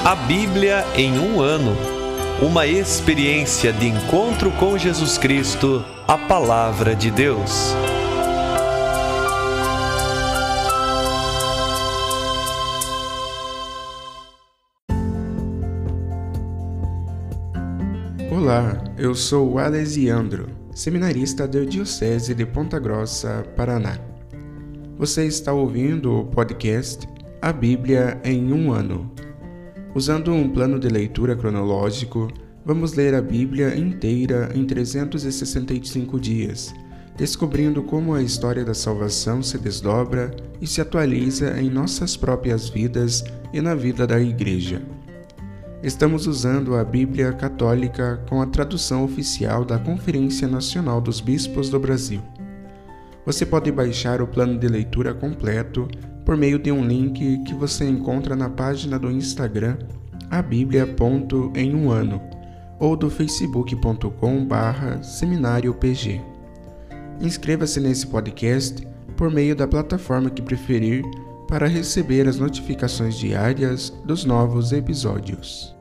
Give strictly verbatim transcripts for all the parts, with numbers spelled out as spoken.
A Bíblia em um ano. Uma experiência de encontro com Jesus Cristo, a Palavra de Deus. Olá, eu sou o Alesiandro, seminarista da Diocese de Ponta Grossa, Paraná. Você está ouvindo o podcast A Bíblia em um ano. Usando um plano de leitura cronológico, vamos ler a Bíblia inteira em trezentos e sessenta e cinco dias, descobrindo como a história da salvação se desdobra e se atualiza em nossas próprias vidas e na vida da Igreja. Estamos usando a Bíblia Católica com a tradução oficial da Conferência Nacional dos Bispos do Brasil. Você pode baixar o plano de leitura completo por meio de um link que você encontra na página do Instagram abiblia.em-um-ano ou do facebook ponto com barra seminário P G. Inscreva-se nesse podcast por meio da plataforma que preferir para receber as notificações diárias dos novos episódios.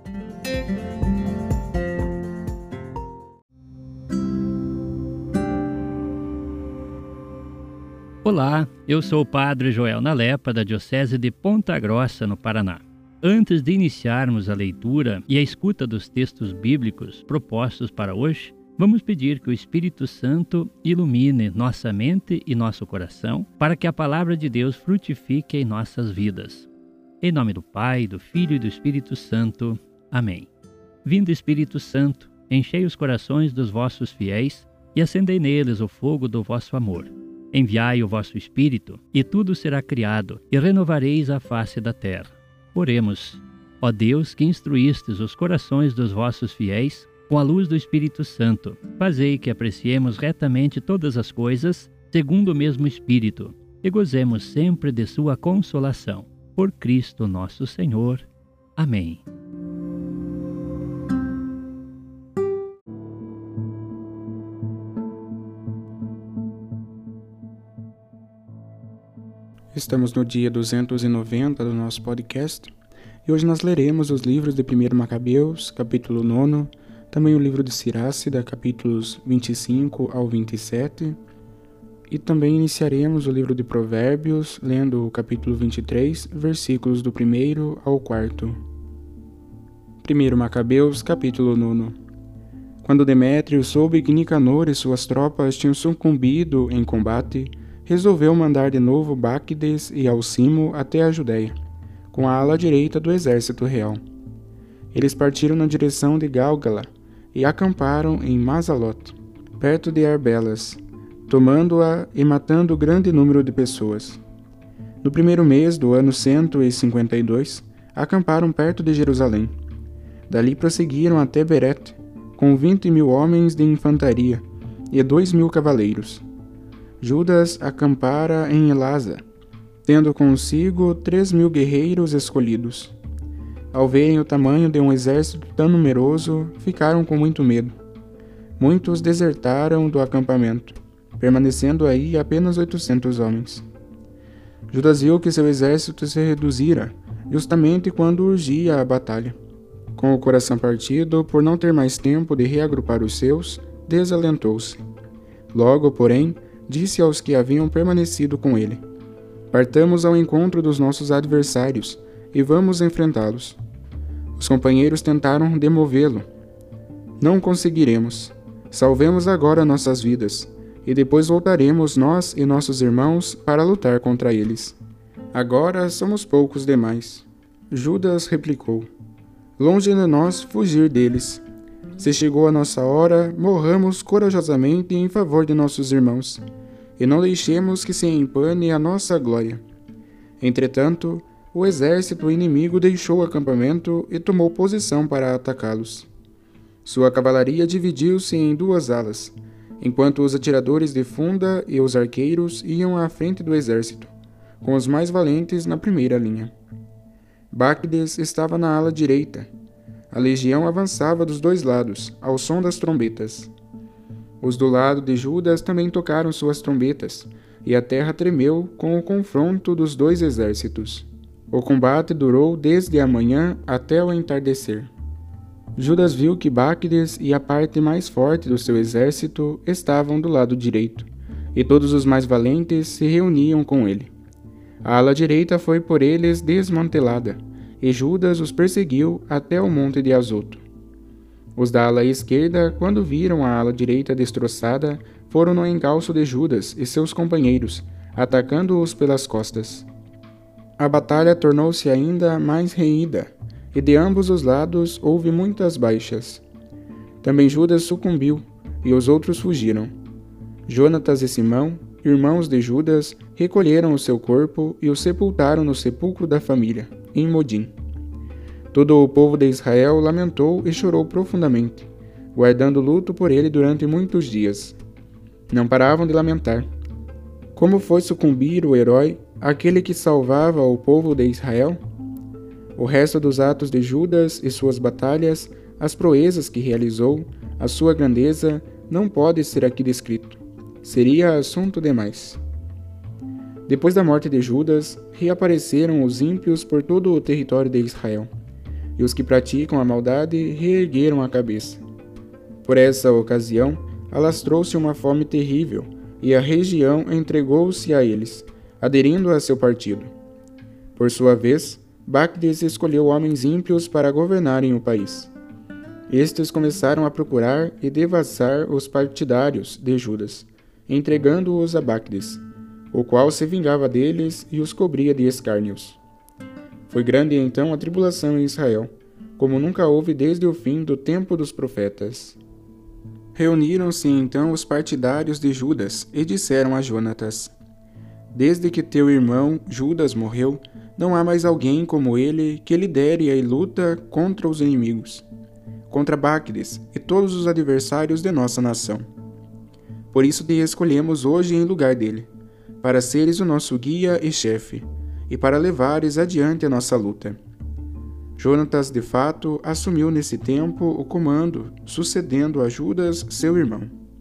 Olá, eu sou o Padre Joel Nalepa, da Diocese de Ponta Grossa, no Paraná. Antes de iniciarmos a leitura e a escuta dos textos bíblicos propostos para hoje, vamos pedir que o Espírito Santo ilumine nossa mente e nosso coração para que a Palavra de Deus frutifique em nossas vidas. Em nome do Pai, do Filho e do Espírito Santo. Amém. Vindo Espírito Santo, enchei os corações dos vossos fiéis e acendei neles o fogo do vosso amor. Enviai o vosso Espírito, e tudo será criado, e renovareis a face da terra. Oremos. Ó Deus, que instruístes os corações dos vossos fiéis, com a luz do Espírito Santo, fazei que apreciemos retamente todas as coisas, segundo o mesmo Espírito, e gozemos sempre de sua consolação. Por Cristo nosso Senhor. Amém. Estamos no dia duzentos e noventa do nosso podcast e hoje nós leremos os livros de primeiro Macabeus, capítulo nove, também o livro de Siracida, capítulos vinte e cinco ao vinte e sete, e também iniciaremos o livro de Provérbios, lendo o capítulo vinte e três, versículos do primeiro ao quarto. primeiro Macabeus, capítulo nove. Quando Demétrio soube que Nicanor e suas tropas tinham sucumbido em combate, resolveu mandar de novo Báquides e Alcimo até a Judéia, com a ala direita do exército real. Eles partiram na direção de Gálgala e acamparam em Mazalote, perto de Arbelas, tomando-a e matando grande número de pessoas. No primeiro mês do ano cento e cinquenta e dois, acamparam perto de Jerusalém. Dali prosseguiram até Berete, com vinte mil homens de infantaria e dois mil cavaleiros. Judas acampara em Elasa, tendo consigo três mil guerreiros escolhidos. Ao verem o tamanho de um exército tão numeroso, ficaram com muito medo. Muitos desertaram do acampamento, permanecendo aí apenas oitocentos homens. Judas viu que seu exército se reduzira, justamente quando urgia a batalha. Com o coração partido, por não ter mais tempo de reagrupar os seus, desalentou-se. Logo, porém, disse aos que haviam permanecido com ele: partamos ao encontro dos nossos adversários e vamos enfrentá-los. Os companheiros tentaram demovê-lo. Não conseguiremos. Salvemos agora nossas vidas, e depois voltaremos nós e nossos irmãos para lutar contra eles. Agora somos poucos demais. Judas replicou: longe de nós fugir deles. Se chegou a nossa hora, morramos corajosamente em favor de nossos irmãos, e não deixemos que se empane a nossa glória. Entretanto, o exército inimigo deixou o acampamento e tomou posição para atacá-los. Sua cavalaria dividiu-se em duas alas, enquanto os atiradores de funda e os arqueiros iam à frente do exército, com os mais valentes na primeira linha. Báquides estava na ala direita. A legião avançava dos dois lados, ao som das trombetas. Os do lado de Judas também tocaram suas trombetas, e a terra tremeu com o confronto dos dois exércitos. O combate durou desde a manhã até o entardecer. Judas viu que Báquides e a parte mais forte do seu exército estavam do lado direito, e todos os mais valentes se reuniam com ele. A ala direita foi por eles desmantelada, e Judas os perseguiu até o monte de Azoto. Os da ala esquerda, quando viram a ala direita destroçada, foram no encalço de Judas e seus companheiros, atacando-os pelas costas. A batalha tornou-se ainda mais renhida, e de ambos os lados houve muitas baixas. Também Judas sucumbiu, e os outros fugiram. Jonatas e Simão, irmãos de Judas, recolheram o seu corpo e o sepultaram no sepulcro da família, em Modim. Todo o povo de Israel lamentou e chorou profundamente, guardando luto por ele durante muitos dias. Não paravam de lamentar. Como foi sucumbir o herói, aquele que salvava o povo de Israel? O resto dos atos de Judas e suas batalhas, as proezas que realizou, a sua grandeza, não pode ser aqui descrito. Seria assunto demais. Depois da morte de Judas, reapareceram os ímpios por todo o território de Israel, e os que praticam a maldade reergueram a cabeça. Por essa ocasião, alastrou-se uma fome terrível, e a região entregou-se a eles, aderindo a seu partido. Por sua vez, Báquides escolheu homens ímpios para governarem o país. Estes começaram a procurar e devassar os partidários de Judas, entregando-os a Báquides, o qual se vingava deles e os cobria de escárnios. Foi grande então a tribulação em Israel, como nunca houve desde o fim do tempo dos profetas. Reuniram-se então os partidários de Judas e disseram a Jonatas: Desde que teu irmão Judas morreu, não há mais alguém como ele que lidere a luta contra os inimigos, contra Báquides e todos os adversários de nossa nação. Por isso te escolhemos hoje em lugar dele, para seres o nosso guia e chefe, e para levares adiante a nossa luta. Jonatas, de fato, assumiu nesse tempo o comando, sucedendo a Judas, seu irmão.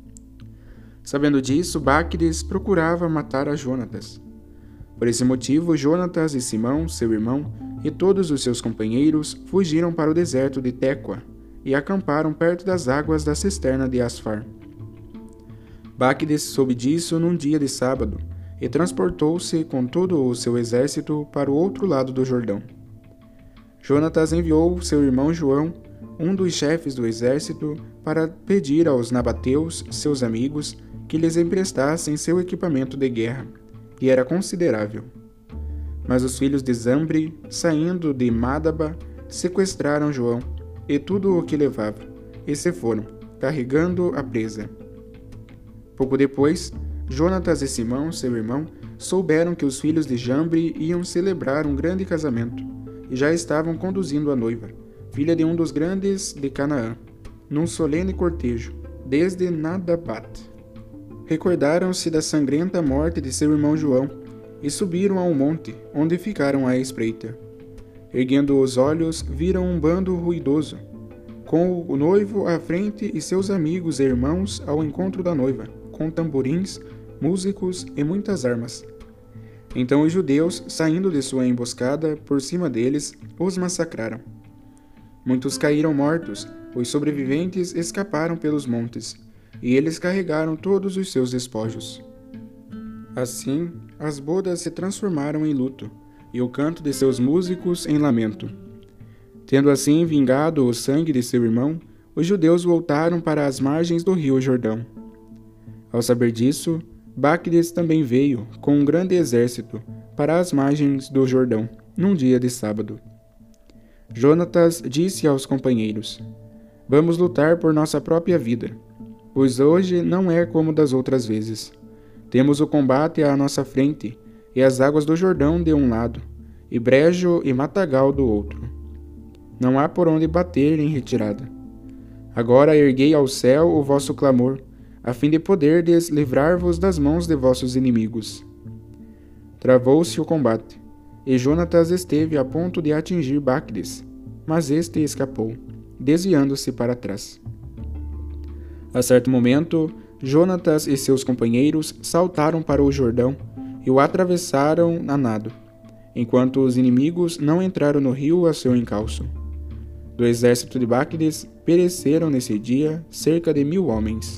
Sabendo disso, Báquides procurava matar a Jonatas. Por esse motivo, Jonatas e Simão, seu irmão, e todos os seus companheiros fugiram para o deserto de Tecoa e acamparam perto das águas da cisterna de Asfar. Báquides soube disso num dia de sábado e transportou-se com todo o seu exército para o outro lado do Jordão. Jonatas enviou seu irmão João, um dos chefes do exército, para pedir aos nabateus, seus amigos, que lhes emprestassem seu equipamento de guerra, e era considerável. Mas os filhos de Zambre, saindo de Madaba, sequestraram João e tudo o que levava, e se foram, carregando a presa. Pouco depois, Jonatas e Simão, seu irmão, souberam que os filhos de Jambre iam celebrar um grande casamento, e já estavam conduzindo a noiva, filha de um dos grandes de Canaã, num solene cortejo, desde Nadabat. Recordaram-se da sangrenta morte de seu irmão João, e subiram ao monte, onde ficaram à espreita. Erguendo os olhos, viram um bando ruidoso, com o noivo à frente e seus amigos e irmãos ao encontro da noiva, com tamborins, músicos e muitas armas. Então os judeus, saindo de sua emboscada, por cima deles, os massacraram. Muitos caíram mortos, os sobreviventes escaparam pelos montes, e eles carregaram todos os seus despojos. Assim, as bodas se transformaram em luto, e o canto de seus músicos em lamento. Tendo assim vingado o sangue de seu irmão, os judeus voltaram para as margens do rio Jordão. Ao saber disso, Báquides também veio, com um grande exército, para as margens do Jordão, num dia de sábado. Jonatas disse aos companheiros: Vamos lutar por nossa própria vida, pois hoje não é como das outras vezes. Temos o combate à nossa frente, e as águas do Jordão de um lado, e brejo e matagal do outro. Não há por onde bater em retirada. Agora erguei ao céu o vosso clamor, a fim de poderdes livrar-vos das mãos de vossos inimigos. Travou-se o combate, e Jonatas esteve a ponto de atingir Báquides, mas este escapou, desviando-se para trás. A certo momento, Jonatas e seus companheiros saltaram para o Jordão e o atravessaram a nado, enquanto os inimigos não entraram no rio a seu encalço. Do exército de Báquides pereceram nesse dia cerca de mil homens.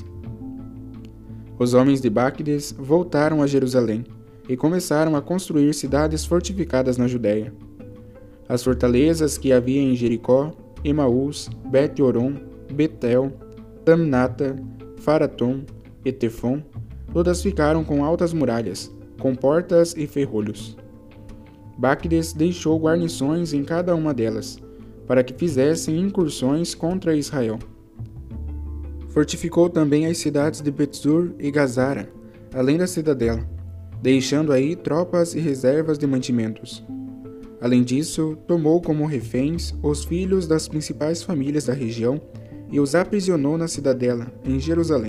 Os homens de Báquides voltaram a Jerusalém e começaram a construir cidades fortificadas na Judéia. As fortalezas que havia em Jericó, Emaús, Bet-Horon, Betel, Tamnata, Faratom e Tefon, todas ficaram com altas muralhas, com portas e ferrolhos. Báquides deixou guarnições em cada uma delas, para que fizessem incursões contra Israel. Fortificou também as cidades de Betzur e Gazara, além da cidadela, deixando aí tropas e reservas de mantimentos. Além disso, tomou como reféns os filhos das principais famílias da região e os aprisionou na cidadela, em Jerusalém.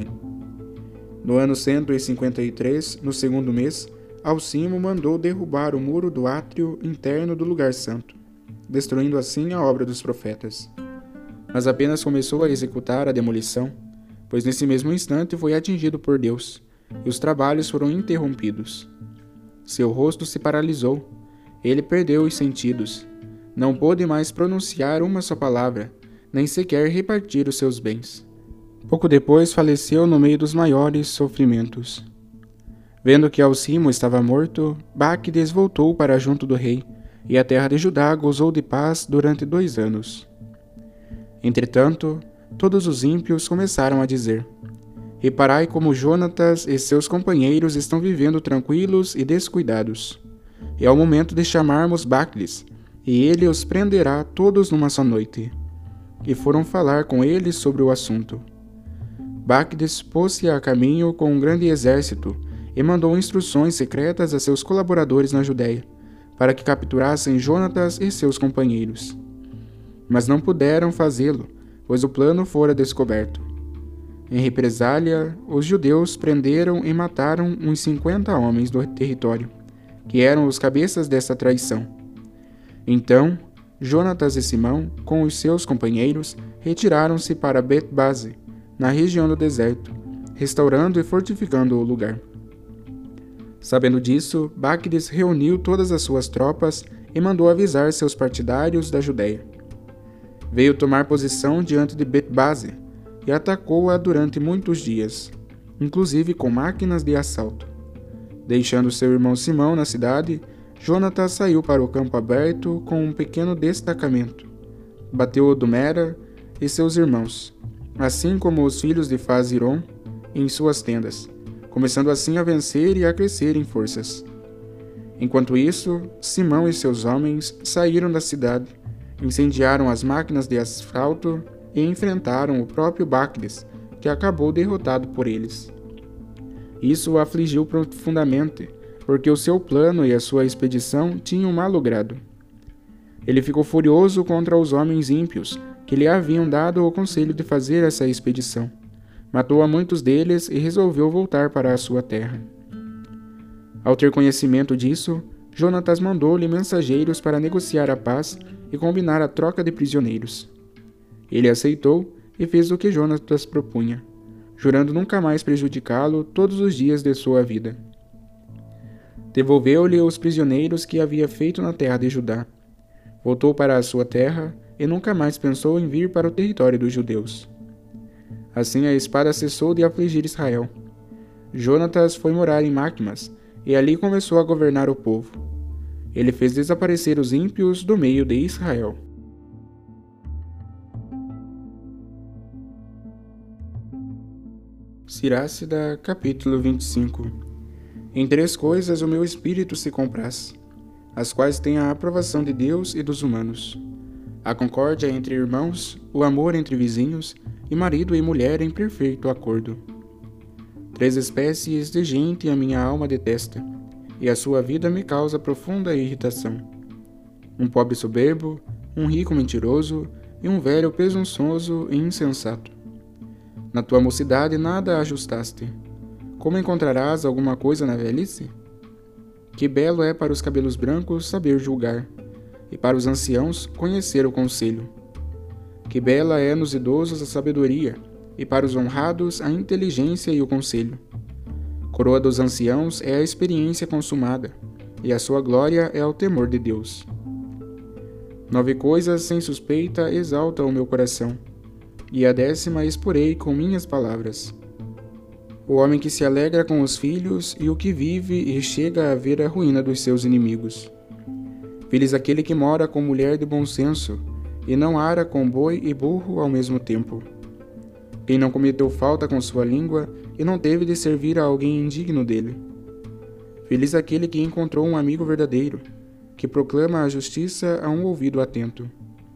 No ano cento e cinquenta e três, no segundo mês, Alcimo mandou derrubar o muro do átrio interno do lugar santo, destruindo assim a obra dos profetas. Mas apenas começou a executar a demolição, pois nesse mesmo instante foi atingido por Deus, e os trabalhos foram interrompidos. Seu rosto se paralisou, ele perdeu os sentidos, não pôde mais pronunciar uma só palavra, nem sequer repartir os seus bens. Pouco depois faleceu no meio dos maiores sofrimentos. Vendo que Alcimo estava morto, Báquides voltou para junto do rei, e a terra de Judá gozou de paz durante dois anos. Entretanto, todos os ímpios começaram a dizer: Reparai como Jonatas e seus companheiros estão vivendo tranquilos e descuidados. É o momento de chamarmos Báquides, e ele os prenderá todos numa só noite. E foram falar com ele sobre o assunto. Báquides pôs-se a caminho com um grande exército e mandou instruções secretas a seus colaboradores na Judéia, para que capturassem Jonatas e seus companheiros. Mas não puderam fazê-lo, pois o plano fora descoberto. Em represália, os judeus prenderam e mataram uns cinquenta homens do território, que eram os cabeças dessa traição. Então, Jonatas e Simão, com os seus companheiros, retiraram-se para Bet-Base, na região do deserto, restaurando e fortificando o lugar. Sabendo disso, Báquides reuniu todas as suas tropas e mandou avisar seus partidários da Judéia. Veio tomar posição diante de Bet-Base e atacou-a durante muitos dias, inclusive com máquinas de assalto. Deixando seu irmão Simão na cidade, Jonatas saiu para o campo aberto com um pequeno destacamento. Bateu Odumera e seus irmãos, assim como os filhos de Faziron, em suas tendas, começando assim a vencer e a crescer em forças. Enquanto isso, Simão e seus homens saíram da cidade, incendiaram as máquinas de asfalto e enfrentaram o próprio Báquides, que acabou derrotado por eles. Isso o afligiu profundamente, porque o seu plano e a sua expedição tinham malogrado. Ele ficou furioso contra os homens ímpios, que lhe haviam dado o conselho de fazer essa expedição. Matou a muitos deles e resolveu voltar para a sua terra. Ao ter conhecimento disso, Jonatas mandou-lhe mensageiros para negociar a paz e combinar a troca de prisioneiros. Ele aceitou e fez o que Jonatas propunha, jurando nunca mais prejudicá-lo todos os dias de sua vida. Devolveu-lhe os prisioneiros que havia feito na terra de Judá. Voltou para a sua terra e nunca mais pensou em vir para o território dos judeus. Assim a espada cessou de afligir Israel. Jonatas foi morar em Macmas e ali começou a governar o povo. Ele fez desaparecer os ímpios do meio de Israel. Siracida, capítulo vinte e cinco. Em três coisas o meu espírito se compraz, as quais têm a aprovação de Deus e dos humanos: a concórdia entre irmãos, o amor entre vizinhos, e marido e mulher em perfeito acordo. Três espécies de gente a minha alma detesta, e a sua vida me causa profunda irritação: um pobre soberbo, um rico mentiroso, e um velho presunçoso e insensato. Na tua mocidade nada ajustaste. Como encontrarás alguma coisa na velhice? Que belo é para os cabelos brancos saber julgar, e para os anciãos conhecer o conselho. Que bela é nos idosos a sabedoria, e para os honrados a inteligência e o conselho. Coroa dos anciãos é a experiência consumada, e a sua glória é o temor de Deus. Nove coisas sem suspeita exaltam o meu coração, e a décima exporei com minhas palavras. O homem que se alegra com os filhos e o que vive e chega a ver a ruína dos seus inimigos. Feliz aquele que mora com mulher de bom senso, e não ara com boi e burro ao mesmo tempo. Quem não cometeu falta com sua língua e não teve de servir a alguém indigno dele. Feliz aquele que encontrou um amigo verdadeiro, que proclama a justiça a um ouvido atento.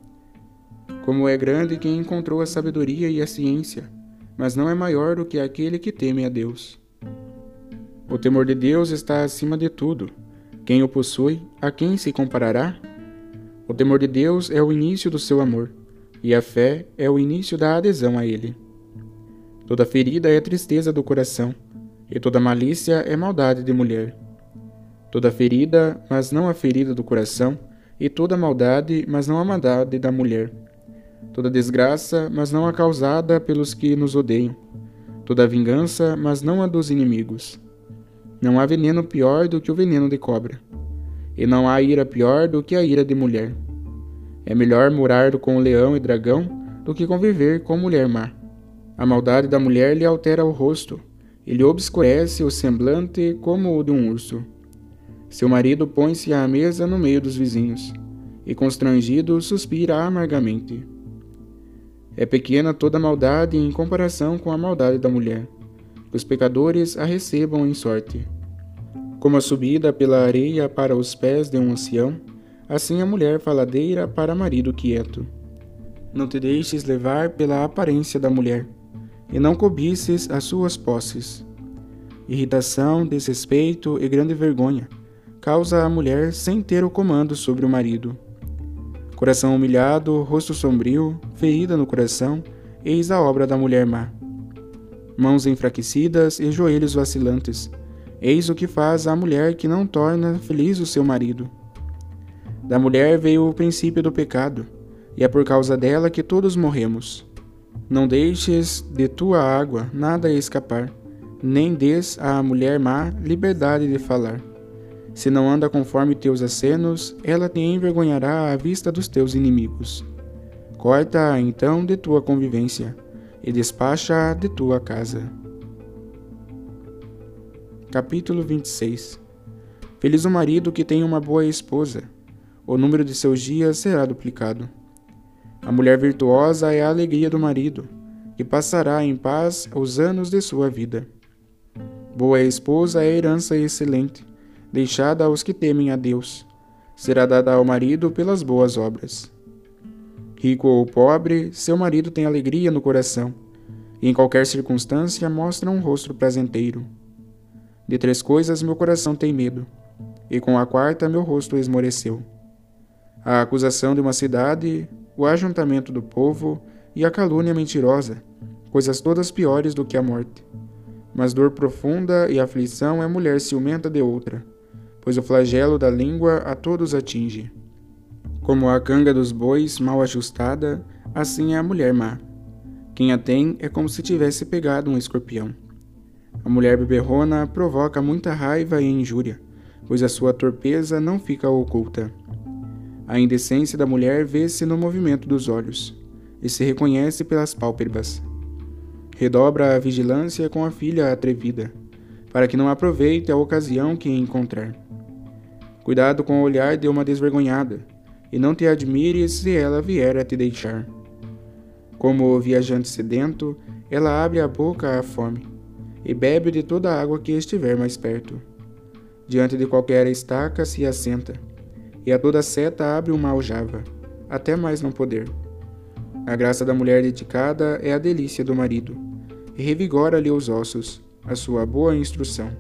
Como é grande quem encontrou a sabedoria e a ciência, mas não é maior do que aquele que teme a Deus. O temor de Deus está acima de tudo. Quem o possui, a quem se comparará? O temor de Deus é o início do seu amor, e a fé é o início da adesão a ele. Toda ferida é tristeza do coração, e toda malícia é maldade de mulher. Toda ferida, mas não a ferida do coração, e toda maldade, mas não a maldade da mulher. Toda desgraça, mas não a causada pelos que nos odeiam. Toda vingança, mas não a dos inimigos. Não há veneno pior do que o veneno de cobra, e não há ira pior do que a ira de mulher. É melhor morar com leão e dragão do que conviver com mulher má. A maldade da mulher lhe altera o rosto, e lhe obscurece o semblante como o de um urso. Seu marido põe-se à mesa no meio dos vizinhos, e constrangido suspira amargamente. É pequena toda a maldade em comparação com a maldade da mulher, que os pecadores a recebam em sorte. Como a subida pela areia para os pés de um ancião, assim a mulher faladeira para marido quieto. Não te deixes levar pela aparência da mulher, e não cobices as suas posses. Irritação, desrespeito e grande vergonha causa a mulher sem ter o comando sobre o marido. Coração humilhado, rosto sombrio, ferida no coração, eis a obra da mulher má. Mãos enfraquecidas e joelhos vacilantes, eis o que faz a mulher que não torna feliz o seu marido. Da mulher veio o princípio do pecado, e é por causa dela que todos morremos. Não deixes de tua água nada escapar, nem des à mulher má liberdade de falar. Se não anda conforme teus acenos, ela te envergonhará à vista dos teus inimigos. Corta-a então de tua convivência, e despacha-a de tua casa. Capítulo vinte e seis. Feliz o marido que tem uma boa esposa, o número de seus dias será duplicado. A mulher virtuosa é a alegria do marido, que passará em paz os anos de sua vida. Boa esposa é a herança excelente, deixada aos que temem a Deus. Será dada ao marido pelas boas obras. Rico ou pobre, seu marido tem alegria no coração, e em qualquer circunstância mostra um rosto prazenteiro. De três coisas meu coração tem medo, e com a quarta meu rosto esmoreceu: a acusação de uma cidade, o ajuntamento do povo e a calúnia mentirosa, coisas todas piores do que a morte. Mas dor profunda e aflição é mulher ciumenta de outra, pois o flagelo da língua a todos atinge. Como a canga dos bois mal ajustada, assim é a mulher má. Quem a tem é como se tivesse pegado um escorpião. A mulher beberrona provoca muita raiva e injúria, pois a sua torpeza não fica oculta. A indecência da mulher vê-se no movimento dos olhos, e se reconhece pelas pálpebras. Redobra a vigilância com a filha atrevida, para que não aproveite a ocasião que encontrar. Cuidado com o olhar de uma desvergonhada, e não te admires se ela vier a te deixar. Como o viajante sedento, ela abre a boca à fome, e bebe de toda a água que estiver mais perto. Diante de qualquer estaca se assenta, e a toda seta abre uma aljava, até mais não poder. A graça da mulher dedicada é a delícia do marido, e revigora-lhe os ossos, a sua boa instrução.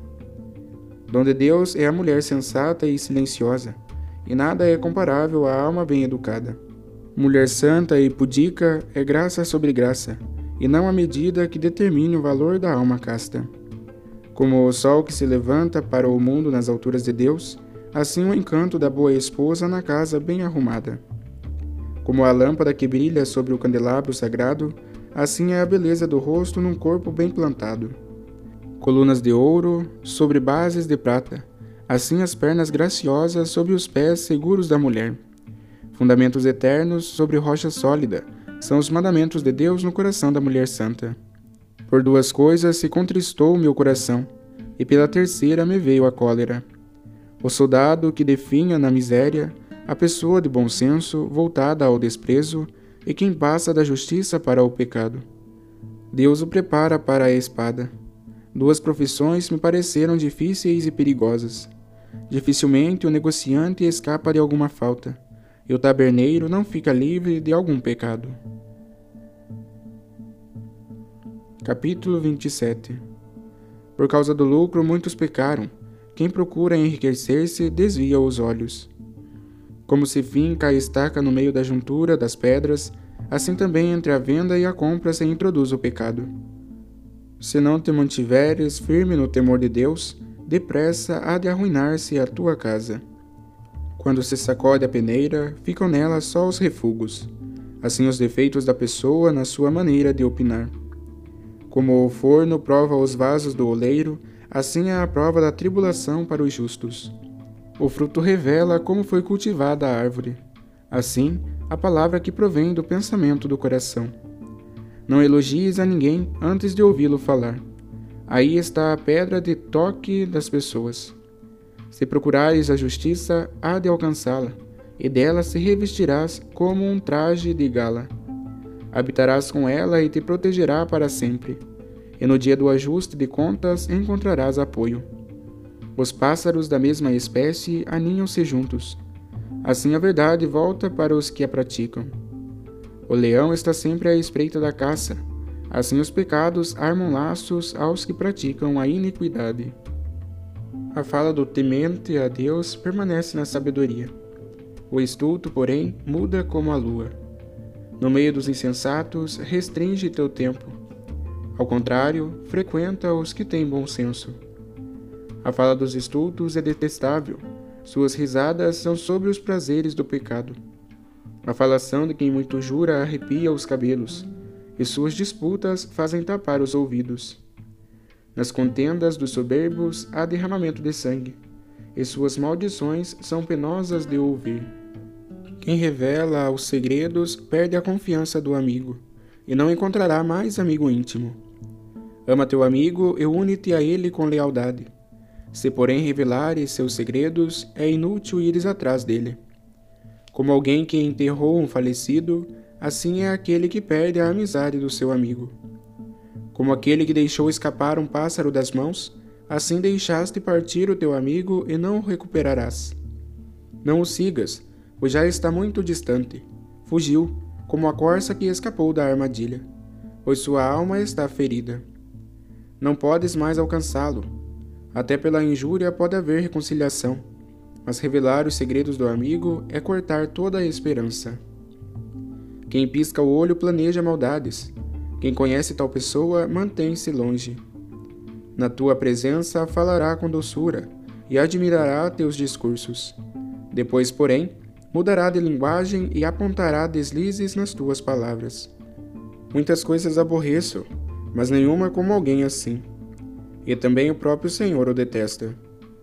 Dom de Deus é a mulher sensata e silenciosa, e nada é comparável à alma bem educada. Mulher santa e pudica é graça sobre graça, e não a medida que determine o valor da alma casta. Como o sol que se levanta para o mundo nas alturas de Deus, assim o encanto da boa esposa na casa bem arrumada. Como a lâmpada que brilha sobre o candelabro sagrado, assim é a beleza do rosto num corpo bem plantado. Colunas de ouro sobre bases de prata, assim as pernas graciosas sobre os pés seguros da mulher. Fundamentos eternos sobre rocha sólida são os mandamentos de Deus no coração da mulher santa. Por duas coisas se contristou o meu coração, e pela terceira me veio a cólera. O soldado que definha na miséria, a pessoa de bom senso voltada ao desprezo, e quem passa da justiça para o pecado. Deus o prepara para a espada. Duas profissões me pareceram difíceis e perigosas. Dificilmente o negociante escapa de alguma falta, e o taberneiro não fica livre de algum pecado. Capítulo vinte e sete. Por causa do lucro muitos pecaram. Quem procura enriquecer-se desvia os olhos. Como se finca a estaca no meio da juntura das pedras, assim também entre a venda e a compra se introduz o pecado. Se não te mantiveres firme no temor de Deus, depressa há de arruinar-se a tua casa. Quando se sacode a peneira, ficam nela só os refugos, assim os defeitos da pessoa na sua maneira de opinar. Como o forno prova os vasos do oleiro, assim é a prova da tribulação para os justos. O fruto revela como foi cultivada a árvore. Assim, a palavra que provém do pensamento do coração. Não elogies a ninguém antes de ouvi-lo falar. Aí está a pedra de toque das pessoas. Se procurares a justiça, há de alcançá-la, e dela se revestirás como um traje de gala. Habitarás com ela e te protegerá para sempre, e no dia do ajuste de contas encontrarás apoio. Os pássaros da mesma espécie aninham-se juntos. Assim a verdade volta para os que a praticam. O leão está sempre à espreita da caça. Assim os pecados armam laços aos que praticam a iniquidade. A fala do temente a Deus permanece na sabedoria. O estulto, porém, muda como a lua. No meio dos insensatos, restringe teu tempo. Ao contrário, frequenta os que têm bom senso. A fala dos estultos é detestável. Suas risadas são sobre os prazeres do pecado. A falação de quem muito jura arrepia os cabelos, e suas disputas fazem tapar os ouvidos. Nas contendas dos soberbos há derramamento de sangue, e suas maldições são penosas de ouvir. Quem revela os segredos perde a confiança do amigo, e não encontrará mais amigo íntimo. Ama teu amigo e une-te a ele com lealdade. Se, porém, revelares seus segredos, é inútil ires atrás dele. Como alguém que enterrou um falecido, assim é aquele que perde a amizade do seu amigo. Como aquele que deixou escapar um pássaro das mãos, assim deixaste partir o teu amigo e não o recuperarás. Não o sigas, pois já está muito distante. Fugiu, como a corça que escapou da armadilha, pois sua alma está ferida. Não podes mais alcançá-lo. Até pela injúria pode haver reconciliação, mas revelar os segredos do amigo é cortar toda a esperança. Quem pisca o olho planeja maldades. Quem conhece tal pessoa mantém-se longe. Na tua presença falará com doçura e admirará teus discursos. Depois, porém, mudará de linguagem e apontará deslizes nas tuas palavras. Muitas coisas aborreço, mas nenhuma como alguém assim. E também o próprio Senhor o detesta.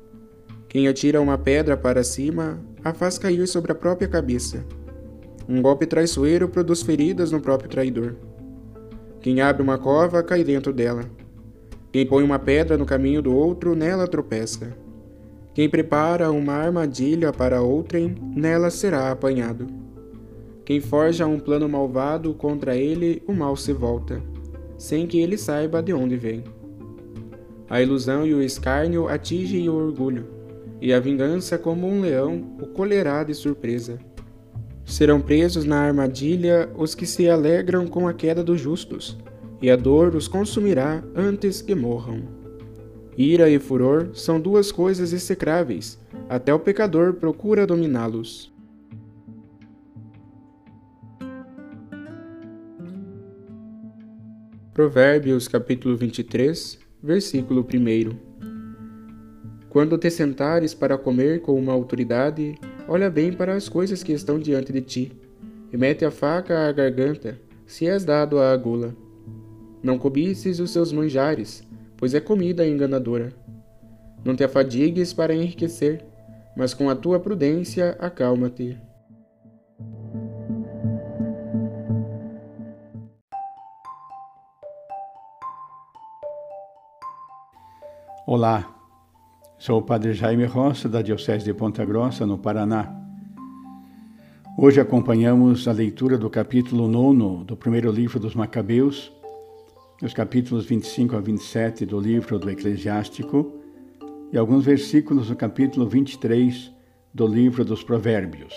Quem atira uma pedra para cima, a faz cair sobre a própria cabeça. Um golpe traiçoeiro produz feridas no próprio traidor. Quem abre uma cova, cai dentro dela. Quem põe uma pedra no caminho do outro, nela tropeça. Quem prepara uma armadilha para outrem, nela será apanhado. Quem forja um plano malvado contra ele, o mal se volta, sem que ele saiba de onde vem. A ilusão e o escárnio atingem o orgulho, e a vingança, como um leão, o colherá de surpresa. Serão presos na armadilha os que se alegram com a queda dos justos, e a dor os consumirá antes que morram. Ira e furor são duas coisas execráveis, até o pecador procura dominá-los. Provérbios capítulo vinte e três, versículo primeiro. Quando te sentares para comer com uma autoridade, olha bem para as coisas que estão diante de ti, e mete a faca à garganta, se és dado à gula. Não cobices os seus manjares, pois é comida enganadora. Não te afadigues para enriquecer, mas com a tua prudência acalma-te. Olá, sou o Padre Jaime Roça, da Diocese de Ponta Grossa, no Paraná. Hoje acompanhamos a leitura do capítulo nono do primeiro livro dos Macabeus, os capítulos vinte e cinco a vinte e sete do livro do Eclesiástico e alguns versículos do capítulo vinte e três do livro dos Provérbios.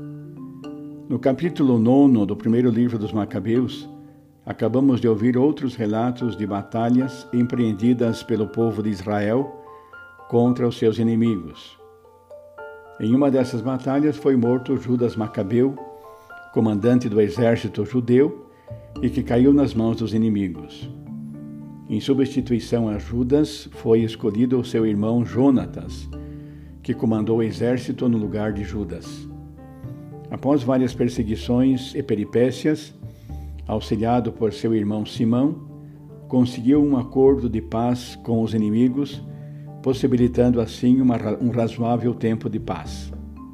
No capítulo nono do primeiro livro dos Macabeus, acabamos de ouvir outros relatos de batalhas empreendidas pelo povo de Israel contra os seus inimigos. Em uma dessas batalhas foi morto Judas Macabeu, comandante do exército judeu, e que caiu nas mãos dos inimigos. Em substituição a Judas, foi escolhido o seu irmão Jonatas, que comandou o exército no lugar de Judas. Após várias perseguições e peripécias, auxiliado por seu irmão Simão, conseguiu um acordo de paz com os inimigos, possibilitando assim uma, um razoável tempo de paz.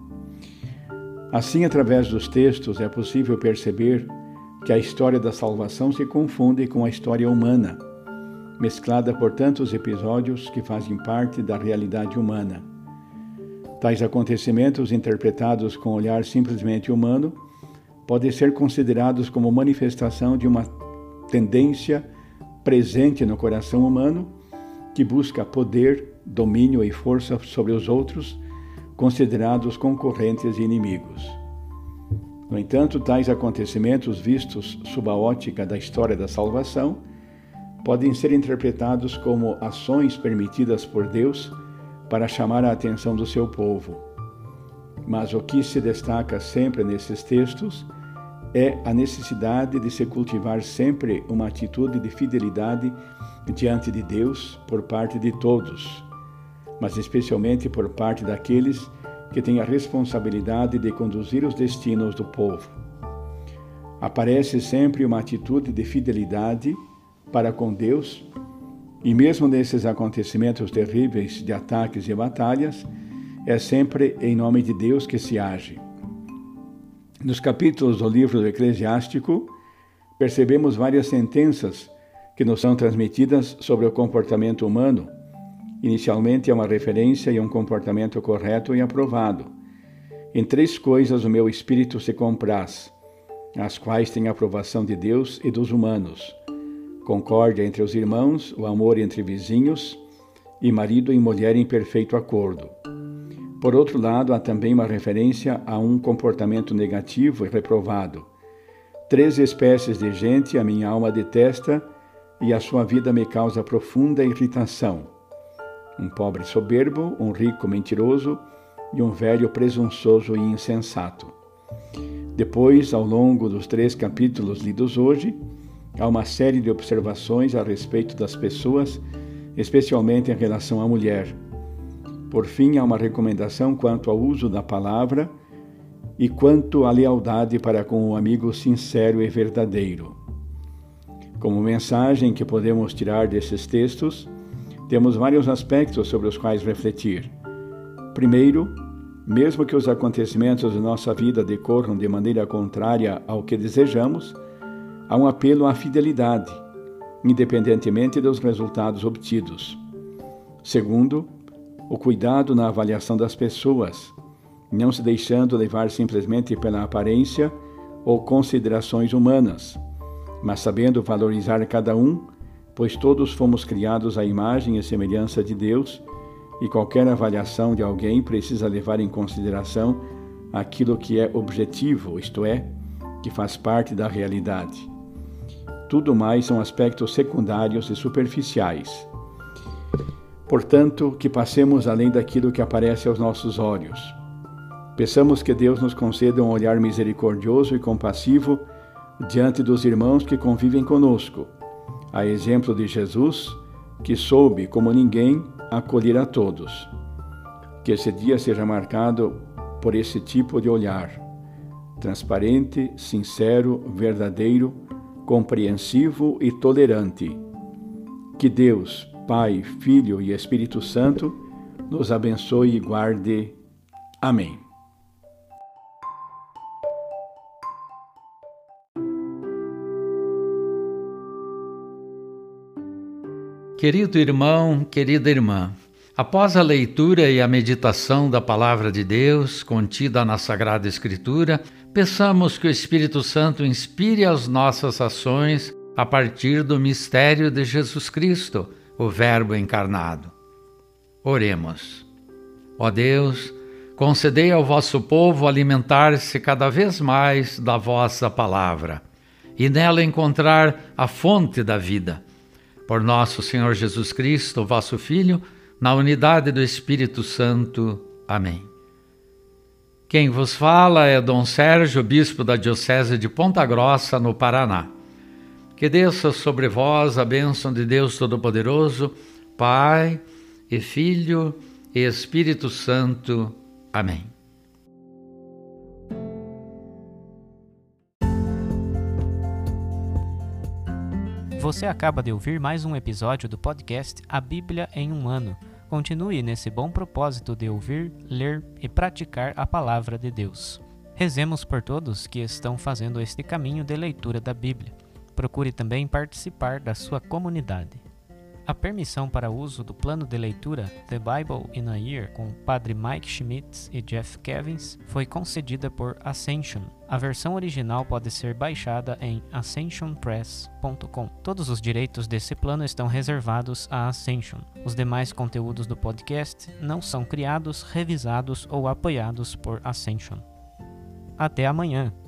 Assim, através dos textos, é possível perceber que a história da salvação se confunde com a história humana, mesclada por tantos episódios que fazem parte da realidade humana. Tais acontecimentos, interpretados com olhar simplesmente humano, podem ser considerados como manifestação de uma tendência presente no coração humano que busca poder, domínio e força sobre os outros, considerados concorrentes e inimigos. No entanto, tais acontecimentos, vistos sob a ótica da história da salvação, podem ser interpretados como ações permitidas por Deus para chamar a atenção do seu povo. Mas o que se destaca sempre nesses textos é a necessidade de se cultivar sempre uma atitude de fidelidade diante de Deus por parte de todos, mas especialmente por parte daqueles que têm a responsabilidade de conduzir os destinos do povo. Aparece sempre uma atitude de fidelidade para com Deus, e mesmo nesses acontecimentos terríveis de ataques e batalhas, é sempre em nome de Deus que se age. Nos capítulos do livro do Eclesiástico, percebemos várias sentenças que nos são transmitidas sobre o comportamento humano. Inicialmente é uma referência e um comportamento correto e aprovado. Em três coisas o meu espírito se compraz, as quais têm a aprovação de Deus e dos humanos: concórdia entre os irmãos, o amor entre vizinhos e marido e mulher em perfeito acordo. Por outro lado, há também uma referência a um comportamento negativo e reprovado. Três espécies de gente a minha alma detesta e a sua vida me causa profunda irritação: um pobre soberbo, um rico mentiroso e um velho presunçoso e insensato. Depois, ao longo dos três capítulos lidos hoje, há uma série de observações a respeito das pessoas, especialmente em relação à mulher. Por fim, há uma recomendação quanto ao uso da palavra e quanto à lealdade para com o amigo sincero e verdadeiro. Como mensagem que podemos tirar desses textos, temos vários aspectos sobre os quais refletir. Primeiro, mesmo que os acontecimentos de nossa vida decorram de maneira contrária ao que desejamos, há um apelo à fidelidade, independentemente dos resultados obtidos. Segundo, o cuidado na avaliação das pessoas, não se deixando levar simplesmente pela aparência ou considerações humanas, mas sabendo valorizar cada um, pois todos fomos criados à imagem e semelhança de Deus, e qualquer avaliação de alguém precisa levar em consideração aquilo que é objetivo, isto é, que faz parte da realidade. Tudo mais são aspectos secundários e superficiais. Portanto, que passemos além daquilo que aparece aos nossos olhos. Peçamos que Deus nos conceda um olhar misericordioso e compassivo diante dos irmãos que convivem conosco, a exemplo de Jesus, que soube, como ninguém, acolher a todos. Que esse dia seja marcado por esse tipo de olhar, transparente, sincero, verdadeiro, compreensivo e tolerante. Que Deus, Pai, Filho e Espírito Santo nos abençoe e guarde. Amém. Querido irmão, querida irmã, após a leitura e a meditação da Palavra de Deus contida na Sagrada Escritura, peçamos que o Espírito Santo inspire as nossas ações a partir do mistério de Jesus Cristo, o Verbo encarnado. Oremos. Ó Deus, concedei ao vosso povo alimentar-se cada vez mais da vossa palavra e nela encontrar a fonte da vida. Por nosso Senhor Jesus Cristo, vosso Filho, na unidade do Espírito Santo. Amém. Quem vos fala é Dom Sérgio, bispo da Diocese de Ponta Grossa, no Paraná. Que desça sobre vós a bênção de Deus Todo-Poderoso, Pai e Filho e Espírito Santo. Amém. Você acaba de ouvir mais um episódio do podcast A Bíblia em um Ano. Continue nesse bom propósito de ouvir, ler e praticar a Palavra de Deus. Rezemos por todos que estão fazendo este caminho de leitura da Bíblia. Procure também participar da sua comunidade. A permissão para uso do plano de leitura The Bible in a Year com o padre Mike Schmitz e Jeff Kevins foi concedida por Ascension. A versão original pode ser baixada em ascension press ponto com. Todos os direitos desse plano estão reservados à Ascension. Os demais conteúdos do podcast não são criados, revisados ou apoiados por Ascension. Até amanhã!